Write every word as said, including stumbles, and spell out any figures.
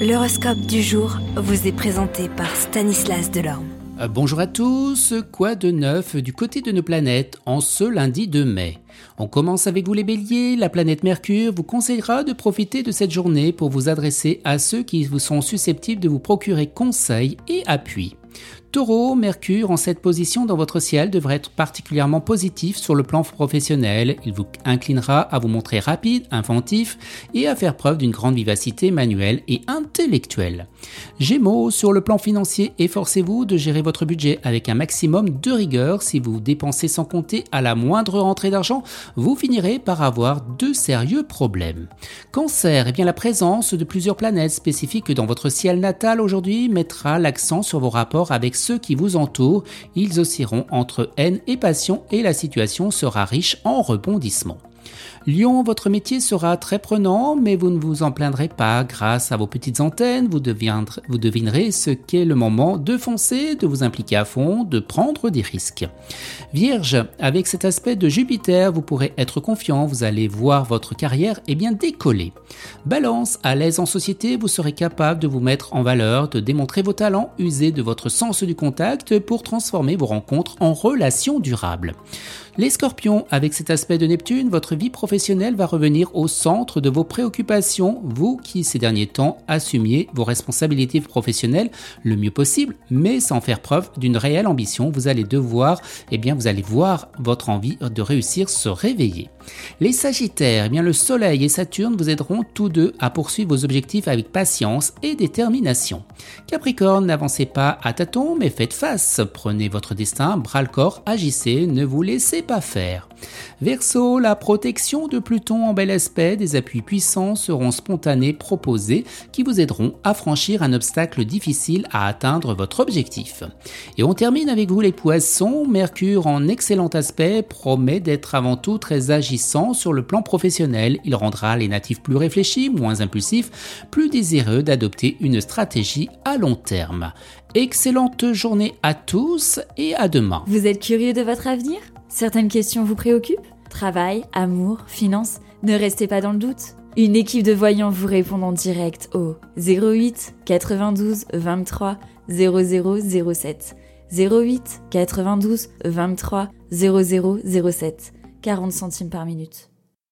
L'horoscope du jour vous est présenté par Stanislas Delorme. Euh, Bonjour à tous, quoi de neuf du côté de nos planètes en ce lundi de mai? On commence avec vous les béliers, la planète Mercure vous conseillera de profiter de cette journée pour vous adresser à ceux qui vous sont susceptibles de vous procurer conseils et appui. Taureau, Mercure en cette position dans votre ciel devrait être particulièrement positif sur le plan professionnel. Il vous inclinera à vous montrer rapide, inventif et à faire preuve d'une grande vivacité manuelle et intellectuelle. Gémeaux, sur le plan financier, efforcez-vous de gérer votre budget avec un maximum de rigueur. Si vous dépensez sans compter à la moindre rentrée d'argent, vous finirez par avoir de sérieux problèmes. Cancer, eh bien la présence de plusieurs planètes spécifiques dans votre ciel natal aujourd'hui mettra l'accent sur vos rapports avec ceux qui vous entourent. Ils oscilleront entre haine et passion et la situation sera riche en rebondissements. Lion, votre métier sera très prenant, mais vous ne vous en plaindrez pas. Grâce à vos petites antennes, vous, deviendrez, vous devinerez ce qu'est le moment de foncer, de vous impliquer à fond, de prendre des risques. Vierge, avec cet aspect de Jupiter, vous pourrez être confiant, vous allez voir votre carrière eh bien décoller. Balance, à l'aise en société, vous serez capable de vous mettre en valeur, de démontrer vos talents, user de votre sens du contact pour transformer vos rencontres en relations durables. Les Scorpions, avec cet aspect de Neptune, votre vie professionnelle va revenir au centre de vos préoccupations, vous qui ces derniers temps assumiez vos responsabilités professionnelles le mieux possible, mais sans faire preuve d'une réelle ambition. Vous allez devoir, eh bien vous allez voir votre envie de réussir se réveiller. Les Sagittaires, eh bien le Soleil et Saturne vous aideront tous deux à poursuivre vos objectifs avec patience et détermination. Capricorne, n'avancez pas à tâtons, mais faites face. Prenez votre destin bras-le-corps, agissez, ne vous laissez pas faire. Verseau, la protection de Pluton en bel aspect, des appuis puissants seront spontanés proposés qui vous aideront à franchir un obstacle difficile à atteindre votre objectif. Et on termine avec vous les Poissons, Mercure en excellent aspect promet d'être avant tout très agissant sur le plan professionnel. Il rendra les natifs plus réfléchis, moins impulsifs, plus désireux d'adopter une stratégie à long terme. Excellente journée à tous et à demain. Vous êtes curieux de votre avenir ? Certaines questions vous préoccupent ? Travail, amour, finances ? Ne restez pas dans le doute. Une équipe de voyants vous répond en direct au zéro huit quatre-vingt-douze vingt-trois zéro zéro zéro sept zéro huit quatre-vingt-douze vingt-trois zéro zéro zéro sept quarante centimes par minute.